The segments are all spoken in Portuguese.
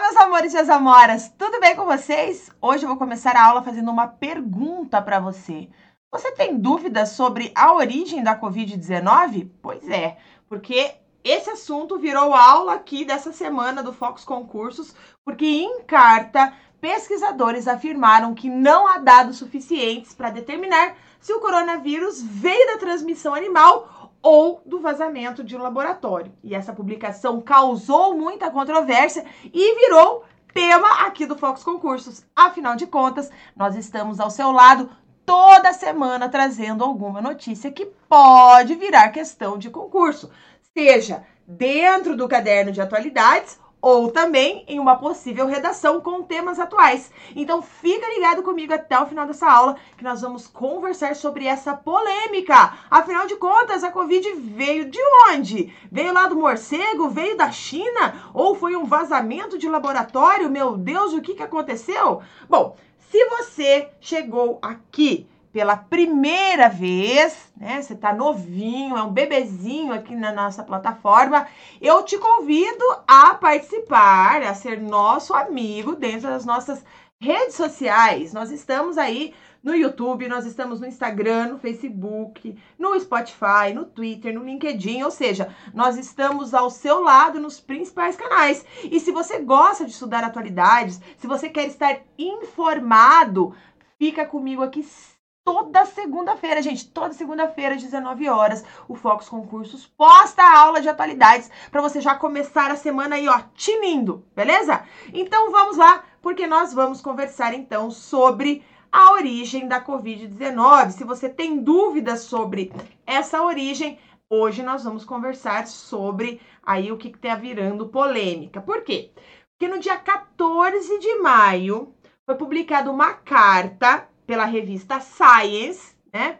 meus amores e as amoras, tudo bem com vocês? Hoje eu vou começar a aula fazendo uma pergunta para você. Você tem dúvidas sobre a origem da Covid-19? Pois é, porque esse assunto virou aula aqui dessa semana do Focus Concursos, porque em carta, pesquisadores afirmaram que não há dados suficientes para determinar se o coronavírus veio da transmissão animal ou do vazamento de um laboratório. E essa publicação causou muita controvérsia e virou tema aqui do Focus Concursos. Afinal de contas, nós estamos ao seu lado toda semana trazendo alguma notícia que pode virar questão de concurso, seja dentro do caderno de atualidades ou também em uma possível redação com temas atuais. Então fica ligado comigo até o final dessa aula que nós vamos conversar sobre essa polêmica. Afinal de contas, a Covid veio de onde? Veio lá do morcego? Veio da China? Ou foi um vazamento de laboratório? Meu Deus, o que aconteceu? Bom, se você chegou aqui pela primeira vez, né? Você tá novinho, é um bebezinho aqui na nossa plataforma, eu te convido a participar, a ser nosso amigo dentro das nossas redes sociais. Nós estamos aí no YouTube, nós estamos no Instagram, no Facebook, no Spotify, no Twitter, no LinkedIn, ou seja, nós estamos ao seu lado nos principais canais. E se você gosta de estudar atualidades, se você quer estar informado, fica comigo aqui toda segunda-feira, gente, toda segunda-feira às 19 horas, o Focus Concursos posta a aula de atualidades para você já começar a semana aí, ó, tinindo, beleza? Então vamos lá, porque nós vamos conversar então sobre a origem da Covid-19. Se você tem dúvidas sobre essa origem, hoje nós vamos conversar sobre aí o que está virando polêmica. Por quê? Porque no dia 14 de maio foi publicada uma carta pela revista Science, né?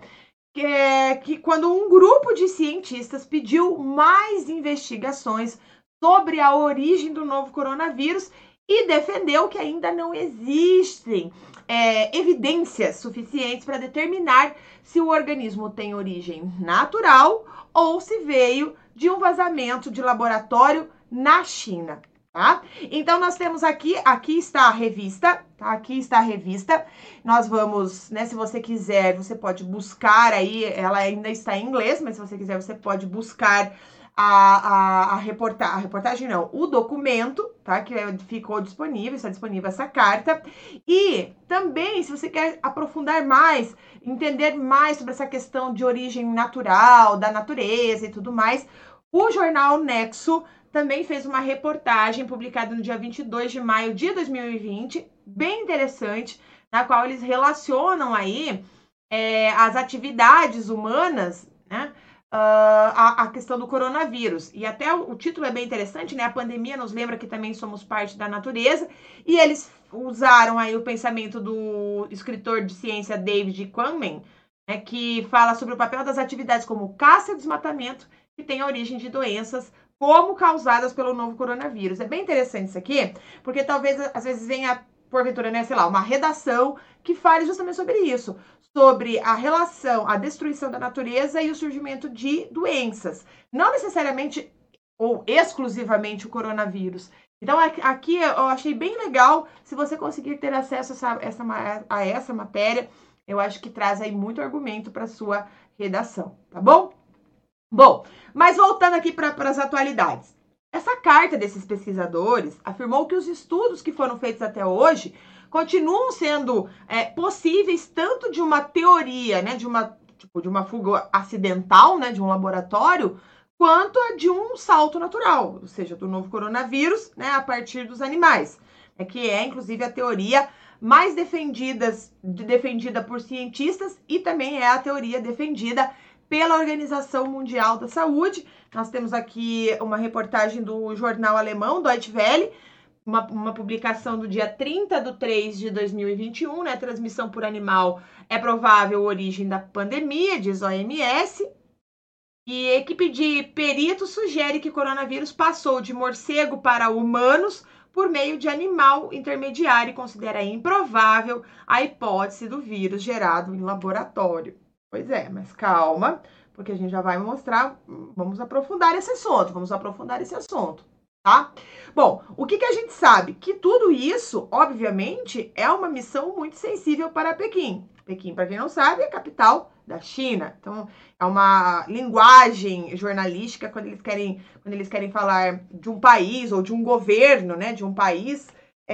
Que quando um grupo de cientistas pediu mais investigações sobre a origem do novo coronavírus e defendeu que ainda não existem evidências suficientes para determinar se o organismo tem origem natural ou se veio de um vazamento de laboratório na China. Tá? Então, nós temos aqui está a revista, tá? Aqui está a revista. Nós vamos, né, se você quiser, você pode buscar aí, ela ainda está em inglês, mas se você quiser, você pode buscar a reportagem não, o documento, tá? Que ficou disponível, está disponível essa carta. E também, se você quer aprofundar mais, entender mais sobre essa questão de origem natural, da natureza e tudo mais, o jornal Nexo também fez uma reportagem publicada no dia 22 de maio de 2020, bem interessante, na qual eles relacionam aí as atividades humanas, né, a questão do coronavírus. E até o título é bem interessante, né? A pandemia nos lembra que também somos parte da natureza. E eles usaram aí o pensamento do escritor de ciência David Quammen, né, que fala sobre o papel das atividades como caça e desmatamento, que tem a origem de doenças como causadas pelo novo coronavírus. É bem interessante isso aqui, porque talvez, às vezes, venha, porventura, né, sei lá, uma redação que fale justamente sobre isso, sobre a relação, a destruição da natureza e o surgimento de doenças. Não necessariamente ou exclusivamente o coronavírus. Então, aqui eu achei bem legal, se você conseguir ter acesso a essa matéria, eu acho que traz aí muito argumento para sua redação, tá bom? Bom, mas voltando aqui para as atualidades. Essa carta desses pesquisadores afirmou que os estudos que foram feitos até hoje continuam sendo possíveis tanto de uma teoria, né, de uma fuga acidental, né, de um laboratório, quanto a de um salto natural, ou seja, do novo coronavírus, né, a partir dos animais, que é inclusive a teoria mais defendida por cientistas e também é a teoria defendida pela Organização Mundial da Saúde. Nós temos aqui uma reportagem do jornal alemão Deutsche Welle, uma publicação do dia 30/3/2021, né? Transmissão por animal é provável origem da pandemia, diz a OMS. E a equipe de peritos sugere que o coronavírus passou de morcego para humanos por meio de animal intermediário e considera improvável a hipótese do vírus gerado em laboratório. Pois é, mas calma, porque a gente já vai mostrar, vamos aprofundar esse assunto, tá? Bom, o que a gente sabe? Que tudo isso, obviamente, é uma missão muito sensível para Pequim. Pequim, para quem não sabe, é a capital da China. Então, é uma linguagem jornalística quando eles querem falar de um país ou de um governo, né, de um país.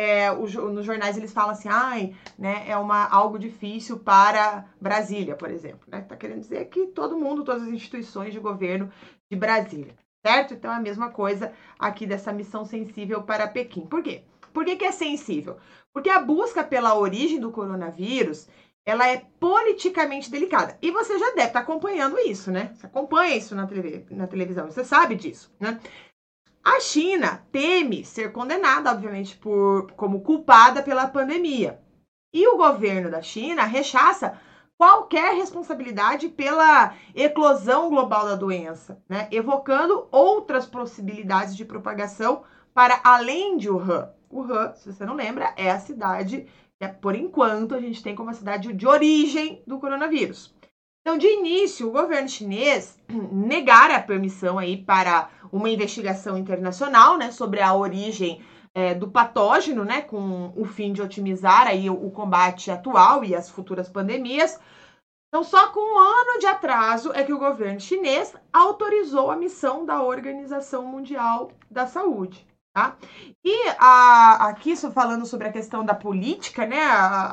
Nos jornais eles falam assim, né, algo difícil para Brasília, por exemplo, né? Tá querendo dizer que todo mundo, todas as instituições de governo de Brasília, certo? Então é a mesma coisa aqui dessa missão sensível para Pequim. Por quê? Por que é sensível? Porque a busca pela origem do coronavírus, ela é politicamente delicada. E você já deve estar acompanhando isso, né? Você acompanha isso na televisão, você sabe disso, né? A China teme ser condenada, obviamente, como culpada pela pandemia. E o governo da China rechaça qualquer responsabilidade pela eclosão global da doença, né? Evocando outras possibilidades de propagação para além de Wuhan. Wuhan, se você não lembra, é a cidade que, por enquanto, a gente tem como a cidade de origem do coronavírus. Então, de início, o governo chinês negara a permissão aí para uma investigação internacional, né, sobre a origem do patógeno, né, com o fim de otimizar aí o combate atual e as futuras pandemias. Então, só com um ano de atraso é que o governo chinês autorizou a missão da Organização Mundial da Saúde. Tá? E aqui, estou falando sobre a questão da política, né,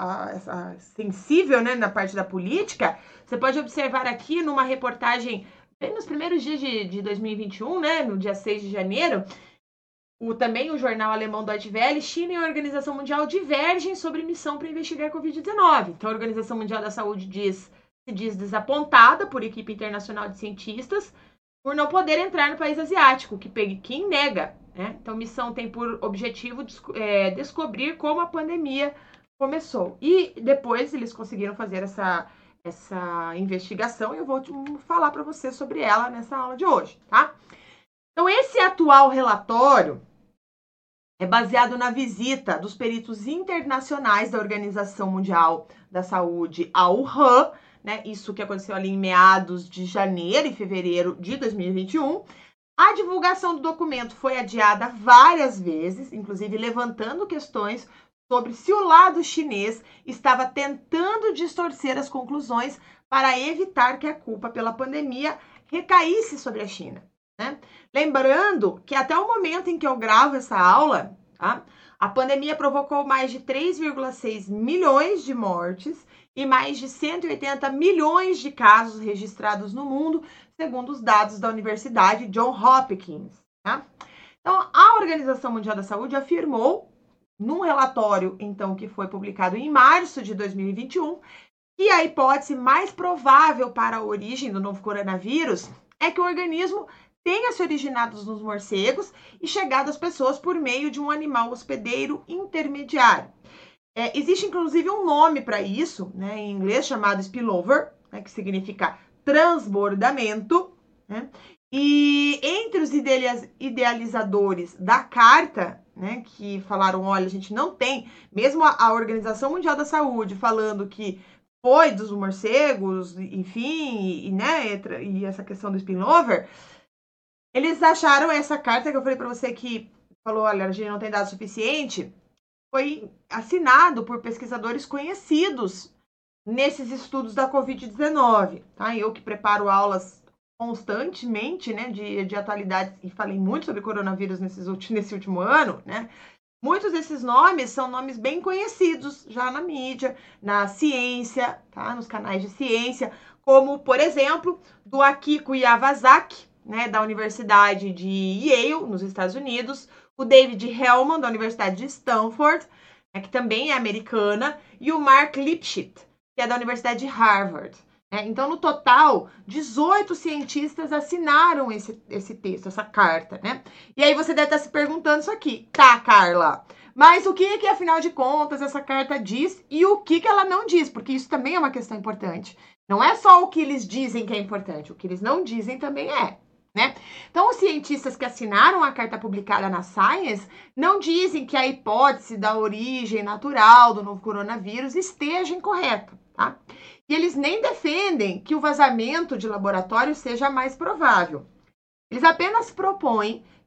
a sensível, né, na parte da política, você pode observar aqui numa reportagem, bem nos primeiros dias de 2021, né, no dia 6 de janeiro, também o jornal alemão Deutsche Welle, China e a Organização Mundial divergem sobre missão para investigar a Covid-19. Então, a Organização Mundial da Saúde se diz desapontada por equipe internacional de cientistas por não poder entrar no país asiático, que Pequim nega. Né? Então, a missão tem por objetivo descobrir como a pandemia começou. E depois eles conseguiram fazer essa investigação e eu vou falar para você sobre ela nessa aula de hoje, tá? Então, esse atual relatório é baseado na visita dos peritos internacionais da Organização Mundial da Saúde a Wuhan, né? Isso que aconteceu ali em meados de janeiro e fevereiro de 2021. A divulgação do documento foi adiada várias vezes, inclusive levantando questões sobre se o lado chinês estava tentando distorcer as conclusões para evitar que a culpa pela pandemia recaísse sobre a China. Né? Lembrando que até o momento em que eu gravo essa aula, tá? A pandemia provocou mais de 3,6 milhões de mortes e mais de 180 milhões de casos registrados no mundo, segundo os dados da Universidade Johns Hopkins. Tá? Então, a Organização Mundial da Saúde afirmou, num relatório, então, que foi publicado em março de 2021, que a hipótese mais provável para a origem do novo coronavírus é que o organismo tenha se originado nos morcegos e chegado às pessoas por meio de um animal hospedeiro intermediário. Existe, inclusive, um nome para isso, né, em inglês, chamado spillover, né, que significa transbordamento, né? E entre os idealizadores da carta, né, que falaram, olha, a gente não tem, mesmo a Organização Mundial da Saúde falando que foi dos morcegos, enfim, e essa questão do spillover, eles acharam essa carta que eu falei para você que falou, olha, a gente não tem dados suficiente, foi assinado por pesquisadores conhecidos nesses estudos da Covid-19. Tá? Eu que preparo aulas constantemente, né, de atualidades e falei muito sobre coronavírus nesse último ano, né? Muitos desses nomes são nomes bem conhecidos já na mídia, na ciência, tá? Nos canais de ciência, como, por exemplo, do Akiko Yamazaki, né, da Universidade de Yale, nos Estados Unidos, o David Hellman, da Universidade de Stanford, né, que também é americana, e o Mark Lipschitz, que é da Universidade de Harvard. Então, no total, 18 cientistas assinaram esse texto, essa carta, né? E aí você deve estar se perguntando isso aqui. Tá, Carla, mas o que afinal de contas, essa carta diz e o que ela não diz? Porque isso também é uma questão importante. Não é só o que eles dizem que é importante, o que eles não dizem também é. Né? Então, os cientistas que assinaram a carta publicada na Science não dizem que a hipótese da origem natural do novo coronavírus esteja incorreta, tá? E eles nem defendem que o vazamento de laboratório seja mais provável. Eles apenas propõem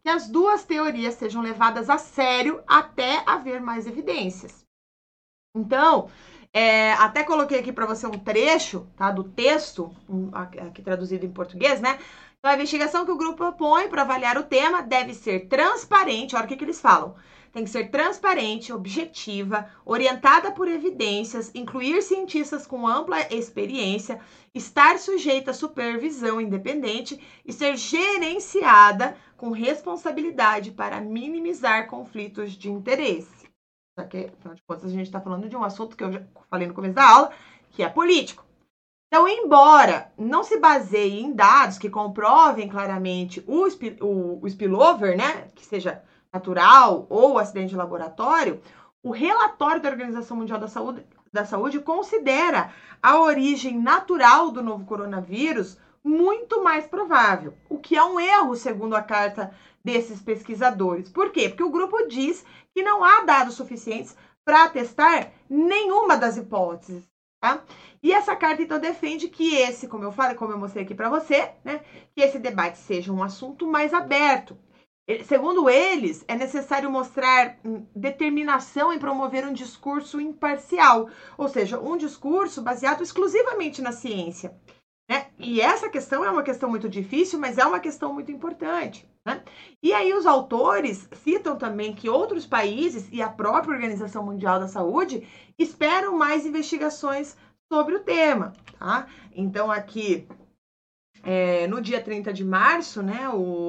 que as duas teorias sejam levadas a sério até haver mais evidências. Então, até coloquei aqui para você um trecho, tá, do texto, aqui traduzido em português, né? Então, a investigação que o grupo propõe para avaliar o tema deve ser transparente. Olha o que eles falam. Tem que ser transparente, objetiva, orientada por evidências, incluir cientistas com ampla experiência, estar sujeita a supervisão independente e ser gerenciada com responsabilidade para minimizar conflitos de interesse. Já que, afinal de contas, a gente está falando de um assunto que eu já falei no começo da aula, que é político. Então, embora não se baseie em dados que comprovem claramente o spillover, né, que seja natural ou acidente de laboratório, o relatório da Organização Mundial da Saúde considera a origem natural do novo coronavírus muito mais provável, o que é um erro, segundo a carta desses pesquisadores. Por quê? Porque o grupo diz que não há dados suficientes para testar nenhuma das hipóteses. Tá? E essa carta, então, defende que esse, como eu falei, como eu mostrei aqui para você, né, que esse debate seja um assunto mais aberto. Segundo eles, é necessário mostrar determinação em promover um discurso imparcial, ou seja, um discurso baseado exclusivamente na ciência. Né? E essa questão é uma questão muito difícil, mas é uma questão muito importante. Né? E aí os autores citam também que outros países e a própria Organização Mundial da Saúde esperam mais investigações sobre o tema. Tá? Então aqui, no dia 30 de março, né,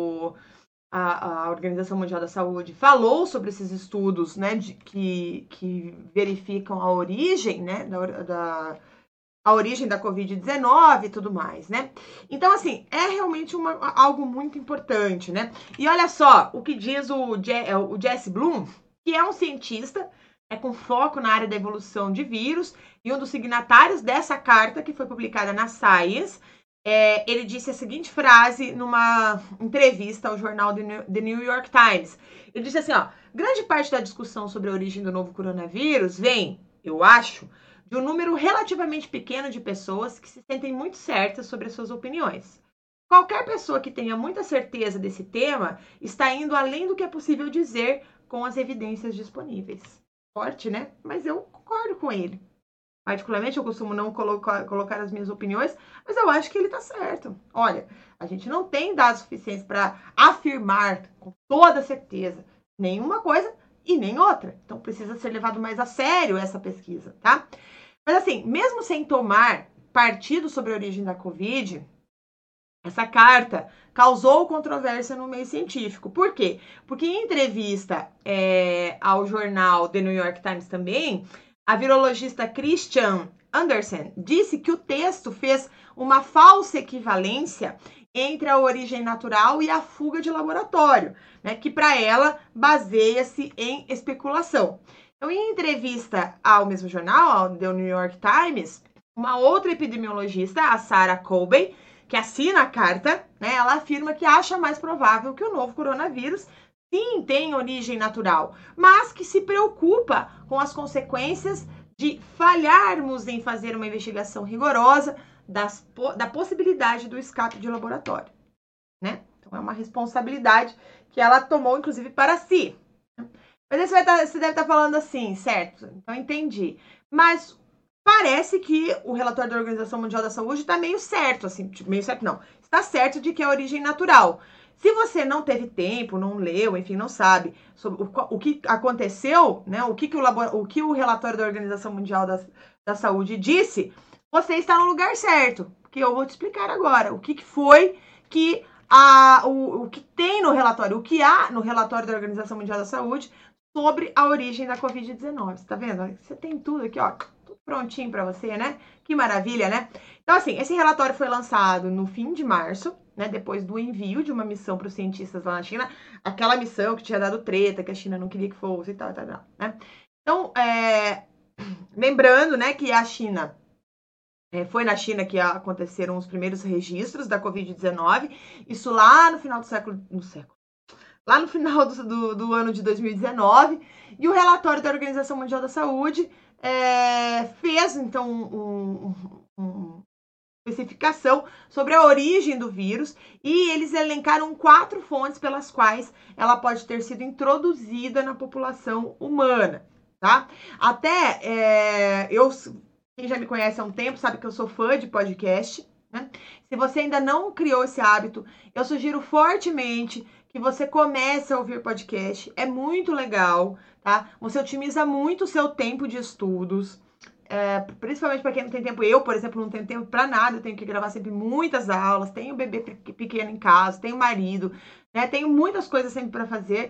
a Organização Mundial da Saúde falou sobre esses estudos, né, que verificam a origem, né, a origem da Covid-19 e tudo mais, né? Então, assim, é realmente algo muito importante, né? E olha só o que diz o Jesse Bloom, que é um cientista com foco na área da evolução de vírus e um dos signatários dessa carta que foi publicada na Science. Ele disse a seguinte frase numa entrevista ao jornal The New York Times. Ele disse assim, ó, grande parte da discussão sobre a origem do novo coronavírus vem, eu acho, de um número relativamente pequeno de pessoas que se sentem muito certas sobre as suas opiniões. Qualquer pessoa que tenha muita certeza desse tema está indo além do que é possível dizer com as evidências disponíveis. Forte, né? Mas eu concordo com ele. Particularmente, eu costumo não colocar as minhas opiniões, mas eu acho que ele está certo. Olha, a gente não tem dados suficientes para afirmar com toda certeza nenhuma coisa e nem outra. Então, precisa ser levado mais a sério essa pesquisa, tá? Mas assim, mesmo sem tomar partido sobre a origem da Covid, essa carta causou controvérsia no meio científico. Por quê? Porque em entrevista ao jornal The New York Times também, a virologista Christian Andersen disse que o texto fez uma falsa equivalência entre a origem natural e a fuga de laboratório, né, que para ela baseia-se em especulação. Então, em entrevista ao mesmo jornal, ao The New York Times, uma outra epidemiologista, a Sarah Colby, que assina a carta, né, ela afirma que acha mais provável que o novo coronavírus sim tem origem natural, mas que se preocupa com as consequências de falharmos em fazer uma investigação rigorosa da possibilidade do escape de laboratório, né? Então, é uma responsabilidade que ela tomou, inclusive, para si. Mas aí você deve estar falando assim, certo? Então, entendi. Mas parece que o relatório da Organização Mundial da Saúde está meio certo, assim, meio certo não. Está certo de que é a origem natural. Se você não teve tempo, não leu, enfim, não sabe sobre o que aconteceu, né? O que o relatório da Organização Mundial da Saúde disse, você está no lugar certo. Porque eu vou te explicar agora o que foi que o que tem no relatório, o que há no relatório da Organização Mundial da Saúde sobre a origem da Covid-19. Você tá vendo? Você tem tudo aqui, ó, tudo prontinho para você, né? Que maravilha, né? Então, assim, esse relatório foi lançado no fim de março, né? Depois do envio de uma missão para os cientistas lá na China, aquela missão que tinha dado treta, que a China não queria que fosse e tal, né? Então, lembrando, né, que a China foi na China que aconteceram os primeiros registros da Covid-19, isso lá no final do século, lá no final do ano de 2019, e o relatório da Organização Mundial da Saúde fez, então, especificação sobre a origem do vírus e eles elencaram 4 fontes pelas quais ela pode ter sido introduzida na população humana, tá? Quem já me conhece há um tempo sabe que eu sou fã de podcast, né? Se você ainda não criou esse hábito, eu sugiro fortemente que você comece a ouvir podcast. É muito legal, tá? Você otimiza muito o seu tempo de estudos. Principalmente para quem não tem tempo. Eu, por exemplo, não tenho tempo para nada. Eu tenho que gravar sempre muitas aulas. Tenho bebê pequeno em casa, tenho marido, né? Tenho muitas coisas sempre para fazer.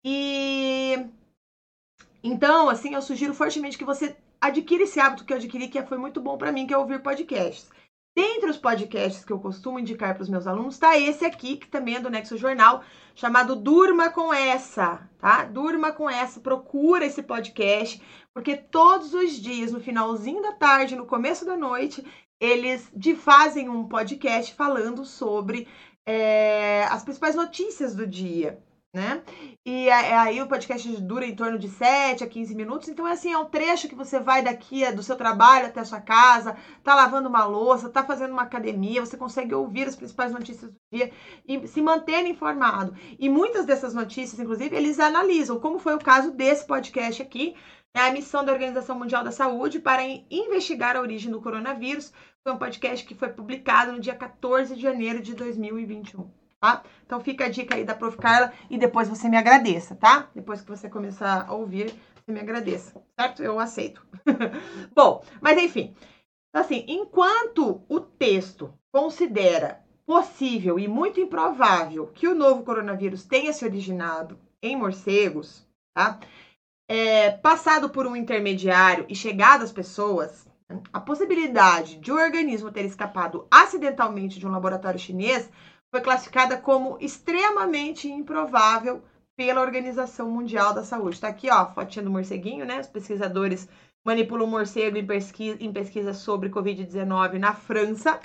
E então, assim, eu sugiro fortemente que você adquira esse hábito que eu adquiri, que foi muito bom para mim, que é ouvir podcasts. Dentre os podcasts que eu costumo indicar para os meus alunos, está esse aqui, que também é do Nexo Jornal, chamado Durma com Essa, tá? Durma com Essa, procura esse podcast, porque todos os dias, no finalzinho da tarde, no começo da noite, eles fazem um podcast falando sobre as principais notícias do dia, né? E aí o podcast dura em torno de 7 a 15 minutos, então é um trecho que você vai daqui do seu trabalho até a sua casa, tá lavando uma louça, tá fazendo uma academia, você consegue ouvir as principais notícias do dia e se manter informado. E muitas dessas notícias, inclusive, eles analisam, como foi o caso desse podcast aqui, a missão da Organização Mundial da Saúde para investigar a origem do coronavírus. Foi um podcast que foi publicado no dia 14 de janeiro de 2021. Tá? Então fica a dica aí da Prof. Carla e depois você me agradeça, tá? Depois que você começar a ouvir, você me agradeça, certo? Eu aceito. Bom, mas enfim. Assim, enquanto o texto considera possível e muito improvável que o novo coronavírus tenha se originado em morcegos, tá? Passado por um intermediário e chegado às pessoas, a possibilidade de o organismo ter escapado acidentalmente de um laboratório chinês foi classificada como extremamente improvável pela Organização Mundial da Saúde. Tá aqui, ó, a fotinha do morceguinho, né? Os pesquisadores manipulam o morcego em pesquisa sobre Covid-19 na França.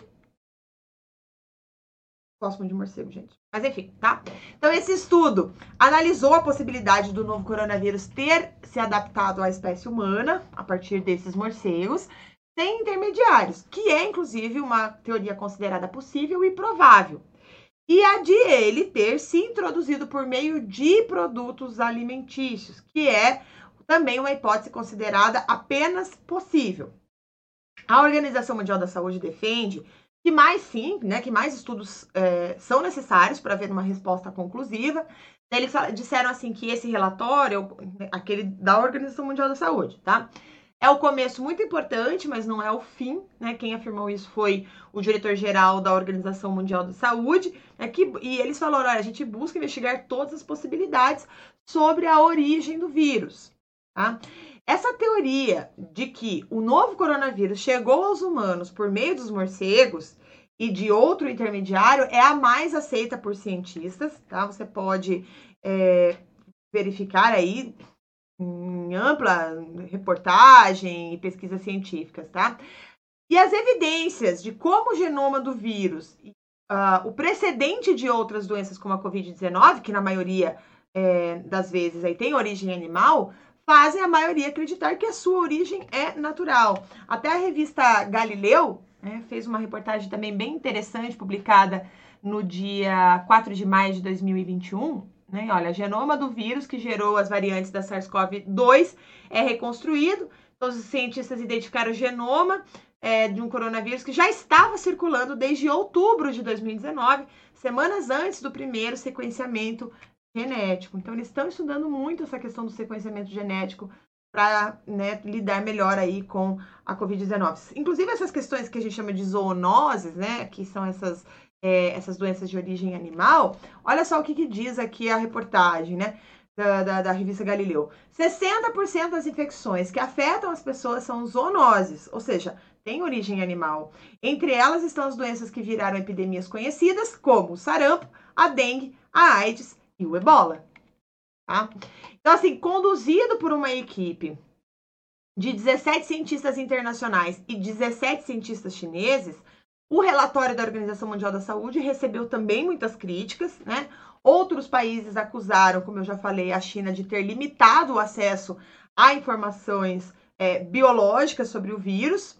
Gosto muito de morcego, gente. Mas enfim, tá? Então, esse estudo analisou a possibilidade do novo coronavírus ter se adaptado à espécie humana, a partir desses morcegos, sem intermediários, que é, inclusive, uma teoria considerada possível e provável. E a de ele ter se introduzido por meio de produtos alimentícios, que é também uma hipótese considerada apenas possível. A Organização Mundial da Saúde defende que mais estudos são necessários para haver uma resposta conclusiva. Eles disseram assim que esse relatório, aquele da Organização Mundial da Saúde, tá? É o começo muito importante, mas não é o fim, né? Quem afirmou isso foi o diretor-geral da Organização Mundial da Saúde, né? E eles falaram, olha, a gente busca investigar todas as possibilidades sobre a origem do vírus, tá? Essa teoria de que o novo coronavírus chegou aos humanos por meio dos morcegos e de outro intermediário é a mais aceita por cientistas, tá? Você pode verificar aí em ampla reportagem e pesquisas científicas, tá? E as evidências de como o genoma do vírus, o precedente de outras doenças como a Covid-19, que na maioria das vezes aí tem origem animal, fazem a maioria acreditar que a sua origem é natural. Até a revista Galileu fez uma reportagem também bem interessante, publicada no dia 4 de maio de 2021, né? Olha, genoma do vírus que gerou as variantes da SARS-CoV-2 é reconstruído. Então, os cientistas identificaram o genoma de um coronavírus que já estava circulando desde outubro de 2019, semanas antes do primeiro sequenciamento genético. Então, eles estão estudando muito essa questão do sequenciamento genético para lidar melhor aí com a Covid-19. Inclusive, essas questões que a gente chama de zoonoses, né, que são essas doenças de origem animal, olha só o que diz aqui a reportagem, né, da revista Galileu. 60% das infecções que afetam as pessoas são zoonoses, ou seja, têm origem animal. Entre elas estão as doenças que viraram epidemias conhecidas, como o sarampo, a dengue, a AIDS e o ebola. Tá? Então, assim, conduzido por uma equipe de 17 cientistas internacionais e 17 cientistas chineses, o relatório da Organização Mundial da Saúde recebeu também muitas críticas, né? Outros países acusaram, como eu já falei, a China de ter limitado o acesso a informações biológicas sobre o vírus.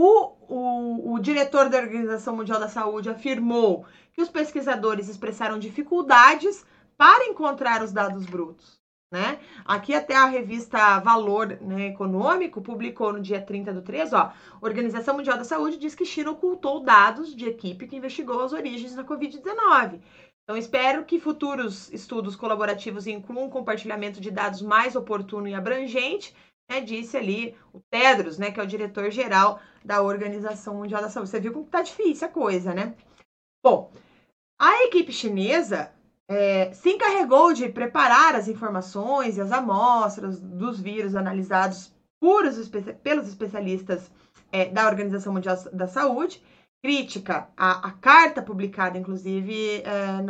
O diretor da Organização Mundial da Saúde afirmou que os pesquisadores expressaram dificuldades para encontrar os dados brutos, né? Aqui até a revista Valor, né, Econômico publicou no dia 30/3, a Organização Mundial da Saúde diz que China ocultou dados de equipe que investigou as origens da Covid-19. Então, espero que futuros estudos colaborativos incluam um compartilhamento de dados mais oportuno e abrangente, né, disse ali o Tedros, né, que é o diretor-geral da Organização Mundial da Saúde. Você viu como tá difícil a coisa, né? Bom, a equipe chinesa se encarregou de preparar as informações e as amostras dos vírus analisados pelos especialistas da Organização Mundial da Saúde, crítica à carta publicada, inclusive,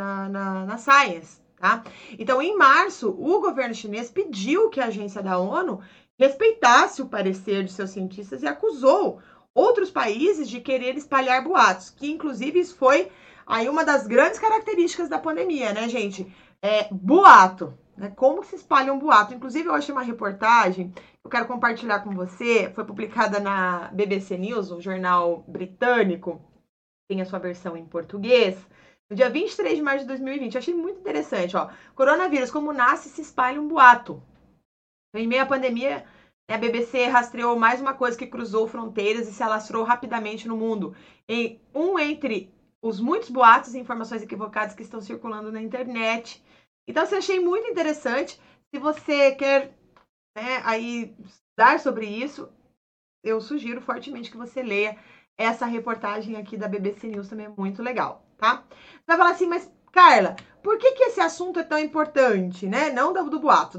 na Science. Tá? Então, em março, o governo chinês pediu que a agência da ONU respeitasse o parecer de seus cientistas e acusou outros países de querer espalhar boatos, que, inclusive, isso foi aí uma das grandes características da pandemia, né, gente? Boato. Né? Como se espalha um boato? Inclusive, eu achei uma reportagem que eu quero compartilhar com você. Foi publicada na BBC News, um jornal britânico. Tem a sua versão em português. No dia 23 de março de 2020. Eu achei muito interessante. Ó. Coronavírus, como nasce, se espalha um boato. Em meio à pandemia, a BBC rastreou mais uma coisa que cruzou fronteiras e se alastrou rapidamente no mundo. Entre os muitos boatos e informações equivocadas que estão circulando na internet. Então, eu achei muito interessante. Se você quer, né, aí estudar sobre isso, eu sugiro fortemente que você leia essa reportagem aqui da BBC News, também é muito legal, tá? Você vai falar assim, mas Carla, por que esse assunto é tão importante, né? Não do boato,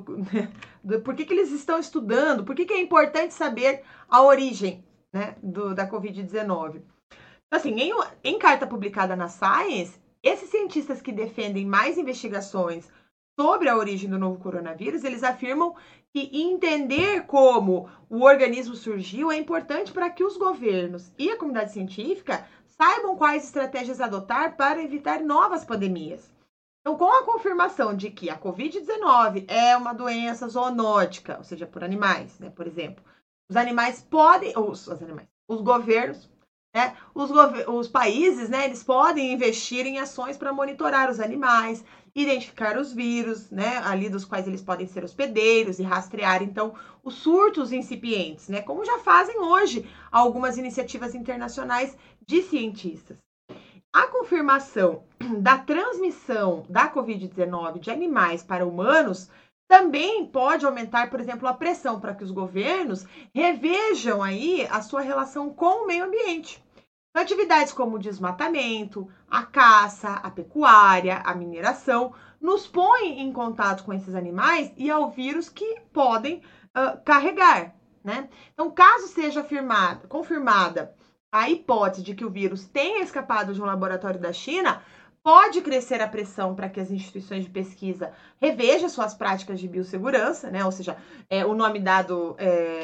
por que eles estão estudando, por que é importante saber a origem, né, da Covid-19? Assim, em carta publicada na Science, esses cientistas que defendem mais investigações sobre a origem do novo coronavírus, eles afirmam que entender como o organismo surgiu é importante para que os governos e a comunidade científica saibam quais estratégias adotar para evitar novas pandemias. Então, com a confirmação de que a Covid-19 é uma doença zoonótica, ou seja, por animais, né, por exemplo, os animais podem, os governos, né, os países, né, eles podem investir em ações para monitorar os animais, identificar os vírus, né, ali dos quais eles podem ser hospedeiros e rastrear, então, os surtos incipientes, né, como já fazem hoje algumas iniciativas internacionais de cientistas. A confirmação da transmissão da Covid-19 de animais para humanos também pode aumentar, por exemplo, a pressão para que os governos revejam aí a sua relação com o meio ambiente. Então, atividades como o desmatamento, a caça, a pecuária, a mineração, nos põem em contato com esses animais e ao vírus que podem carregar, né? Então, caso seja confirmada a hipótese de que o vírus tenha escapado de um laboratório da China, pode crescer a pressão para que as instituições de pesquisa revejam suas práticas de biossegurança, né? Ou seja, o nome dado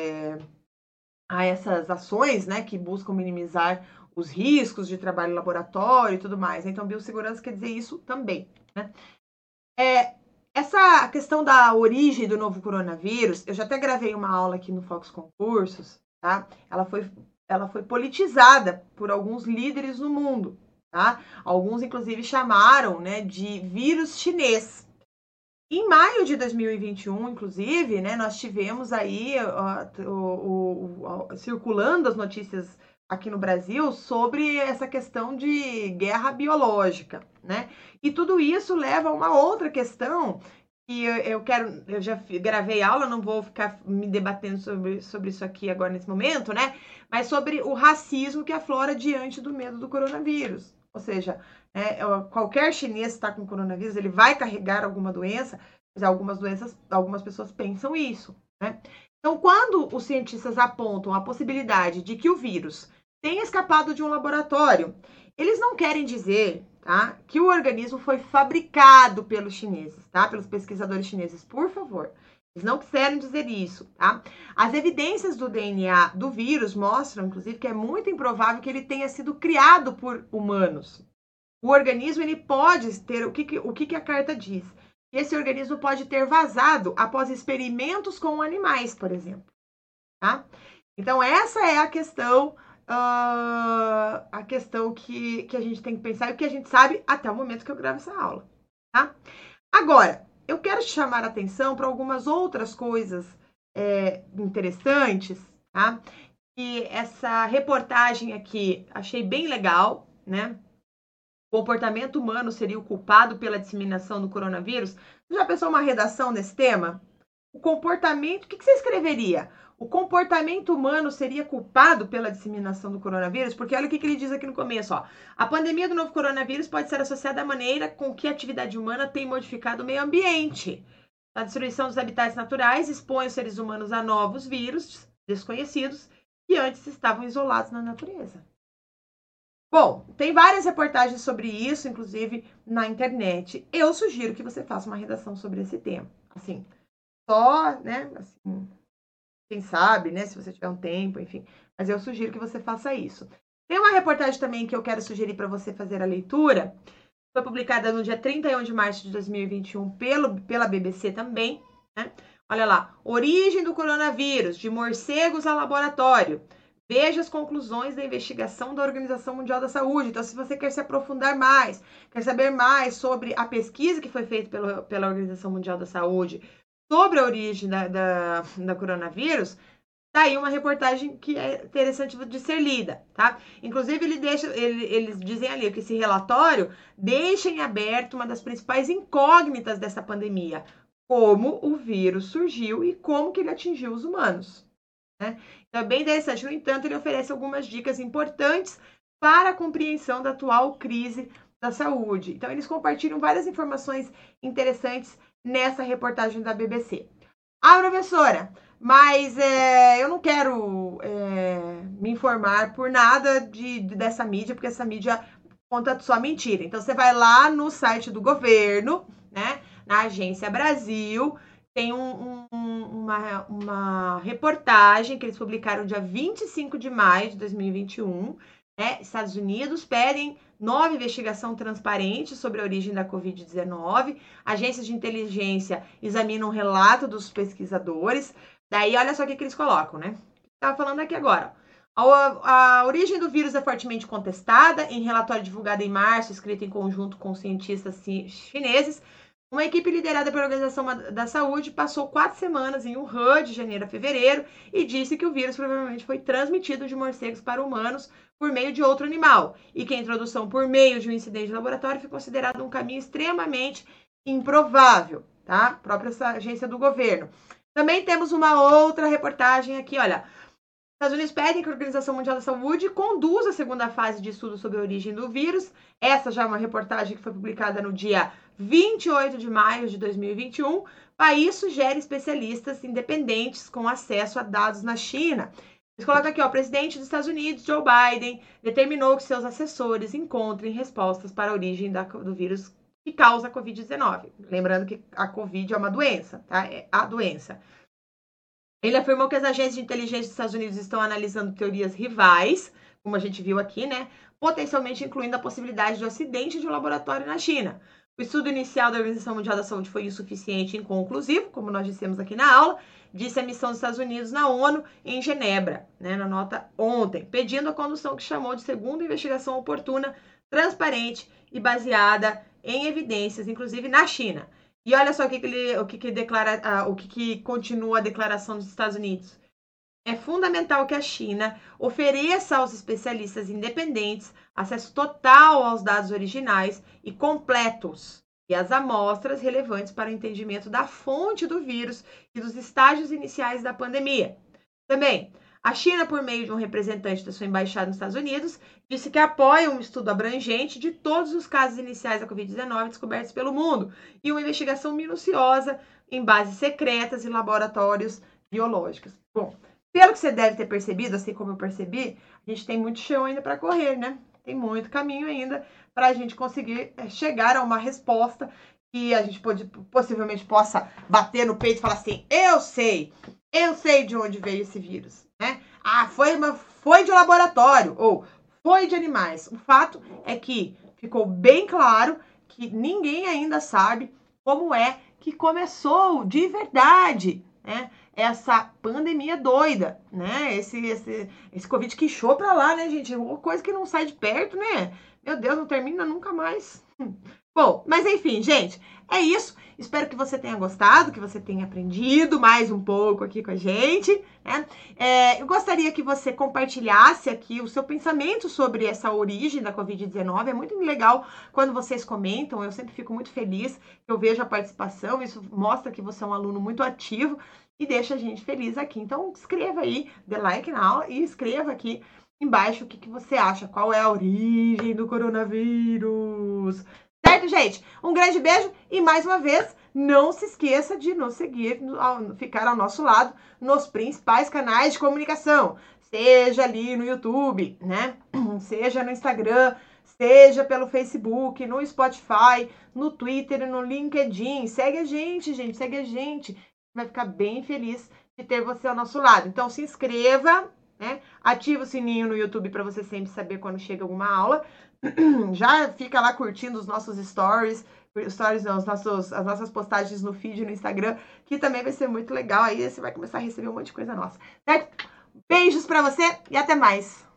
a essas ações, né, que buscam minimizar os riscos de trabalho em laboratório e tudo mais. Então, biossegurança quer dizer isso também, né? Essa questão da origem do novo coronavírus, eu já até gravei uma aula aqui no Fox Concursos, tá? Ela foi politizada por alguns líderes no mundo, tá? Alguns, inclusive, chamaram, né, de vírus chinês. Em maio de 2021, inclusive, né, nós tivemos aí circulando as notícias aqui no Brasil sobre essa questão de guerra biológica, né? E tudo isso leva a uma outra questão que eu já gravei aula, não vou ficar me debatendo sobre isso aqui agora nesse momento, né? Mas sobre o racismo que aflora diante do medo do coronavírus. Ou seja, qualquer chinês que está com coronavírus, ele vai carregar alguma doença, mas algumas pessoas pensam isso, né? Então, quando os cientistas apontam a possibilidade de que o vírus tenha escapado de um laboratório, eles não querem dizer, tá, que o organismo foi fabricado pelos chineses, tá? Pelos pesquisadores chineses, por favor. Eles não quiseram dizer isso, tá? As evidências do DNA do vírus mostram, inclusive, que é muito improvável que ele tenha sido criado por humanos. O organismo, ele pode ter, o que a carta diz? Esse organismo pode ter vazado após experimentos com animais, por exemplo. tá? Então, essa é a questão que a gente tem que pensar e o que a gente sabe até o momento que eu gravo essa aula, tá? Agora, eu quero chamar a atenção para algumas outras coisas interessantes, tá? E essa reportagem aqui achei bem legal, né? O comportamento humano seria o culpado pela disseminação do coronavírus. Você já pensou uma redação nesse tema? O comportamento, o que você escreveria? O comportamento humano seria culpado pela disseminação do coronavírus? Porque olha o que ele diz aqui no começo, ó. A pandemia do novo coronavírus pode ser associada à maneira com que a atividade humana tem modificado o meio ambiente. A destruição dos habitats naturais expõe os seres humanos a novos vírus desconhecidos que antes estavam isolados na natureza. Bom, tem várias reportagens sobre isso, inclusive na internet. Eu sugiro que você faça uma redação sobre esse tema. Assim, só, né, assim, quem sabe, né, se você tiver um tempo, enfim. Mas eu sugiro que você faça isso. Tem uma reportagem também que eu quero sugerir para você fazer a leitura. Foi publicada no dia 31 de março de 2021 pela BBC também, né? Olha lá, origem do coronavírus, de morcegos a laboratório. Veja as conclusões da investigação da Organização Mundial da Saúde. Então, se você quer se aprofundar mais, quer saber mais sobre a pesquisa que foi feita pela Organização Mundial da Saúde sobre a origem da coronavírus, tá aí uma reportagem que é interessante de ser lida, tá? Inclusive, eles dizem ali que esse relatório deixa em aberto uma das principais incógnitas dessa pandemia, como o vírus surgiu e como que ele atingiu os humanos, né? Então, é bem interessante. No entanto, ele oferece algumas dicas importantes para a compreensão da atual crise da saúde. Então, eles compartilham várias informações interessantes nessa reportagem da BBC. Ah, professora, mas eu não quero me informar por nada dessa mídia, porque essa mídia conta só mentira. Então, você vai lá no site do governo, né, na Agência Brasil, tem uma reportagem que eles publicaram dia 25 de maio de 2021, né? Estados Unidos pedem nova investigação transparente sobre a origem da Covid-19. Agências de inteligência examinam o relato dos pesquisadores. Daí, olha só o que eles colocam, né? Estava falando aqui agora. A origem do vírus é fortemente contestada. Em relatório divulgado em março, escrito em conjunto com cientistas chineses, uma equipe liderada pela Organização da Saúde passou 4 semanas em Wuhan, de janeiro a fevereiro, e disse que o vírus provavelmente foi transmitido de morcegos para humanos por meio de outro animal, e que a introdução por meio de um incidente de laboratório foi considerado um caminho extremamente improvável, tá? A própria agência do governo. Também temos uma outra reportagem aqui, olha. Estados Unidos pedem que a Organização Mundial da Saúde conduza a segunda fase de estudo sobre a origem do vírus. Essa já é uma reportagem que foi publicada no dia 28 de maio de 2021. O país sugere especialistas independentes com acesso a dados na China. Eles colocam aqui, ó, o presidente dos Estados Unidos, Joe Biden, determinou que seus assessores encontrem respostas para a origem do vírus que causa a Covid-19. Lembrando que a Covid é uma doença, tá? É a doença. Ele afirmou que as agências de inteligência dos Estados Unidos estão analisando teorias rivais, como a gente viu aqui, né? Potencialmente incluindo a possibilidade de um acidente de um laboratório na China. O estudo inicial da Organização Mundial da Saúde foi insuficiente e inconclusivo, como nós dissemos aqui na aula, disse a missão dos Estados Unidos na ONU em Genebra, né, na nota ontem, pedindo a condução que chamou de segunda investigação oportuna, transparente e baseada em evidências, inclusive na China. E olha só o que continua a declaração dos Estados Unidos. É fundamental que a China ofereça aos especialistas independentes acesso total aos dados originais e completos e às amostras relevantes para o entendimento da fonte do vírus e dos estágios iniciais da pandemia. Também, a China, por meio de um representante da sua embaixada nos Estados Unidos, disse que apoia um estudo abrangente de todos os casos iniciais da Covid-19 descobertos pelo mundo e uma investigação minuciosa em bases secretas e laboratórios biológicos. Bom, pelo que você deve ter percebido, assim como eu percebi, a gente tem muito chão ainda para correr, né? Tem muito caminho ainda para a gente conseguir chegar a uma resposta que a gente possivelmente possa bater no peito e falar assim, eu sei de onde veio esse vírus, né? Ah, foi de laboratório ou foi de animais. O fato é que ficou bem claro que ninguém ainda sabe como é que começou de verdade, né? essa pandemia doida, né? Esse Covid que inchou pra lá, né, gente? Uma coisa que não sai de perto, né? Meu Deus, não termina nunca mais. Bom, mas enfim, gente, é isso. Espero que você tenha gostado, que você tenha aprendido mais um pouco aqui com a gente, né? Eu gostaria que você compartilhasse aqui o seu pensamento sobre essa origem da Covid-19. É muito legal quando vocês comentam, eu sempre fico muito feliz que eu vejo a participação, isso mostra que você é um aluno muito ativo e deixa a gente feliz aqui. Então, escreva aí, dê like na aula e escreva aqui embaixo o que você acha, qual é a origem do coronavírus. Certo, gente? Um grande beijo e, mais uma vez, não se esqueça de nos seguir, ficar ao nosso lado nos principais canais de comunicação. Seja ali no YouTube, né? Seja no Instagram, seja pelo Facebook, no Spotify, no Twitter e no LinkedIn. Segue a gente, segue a gente. Vai ficar bem feliz de ter você ao nosso lado. Então, se inscreva, né? Ativa o sininho no YouTube para você sempre saber quando chega alguma aula. Já fica lá curtindo os nossos stories não, as nossas postagens no feed no Instagram, que também vai ser muito legal. Aí você vai começar a receber um monte de coisa nossa, certo? Beijos para você e até mais!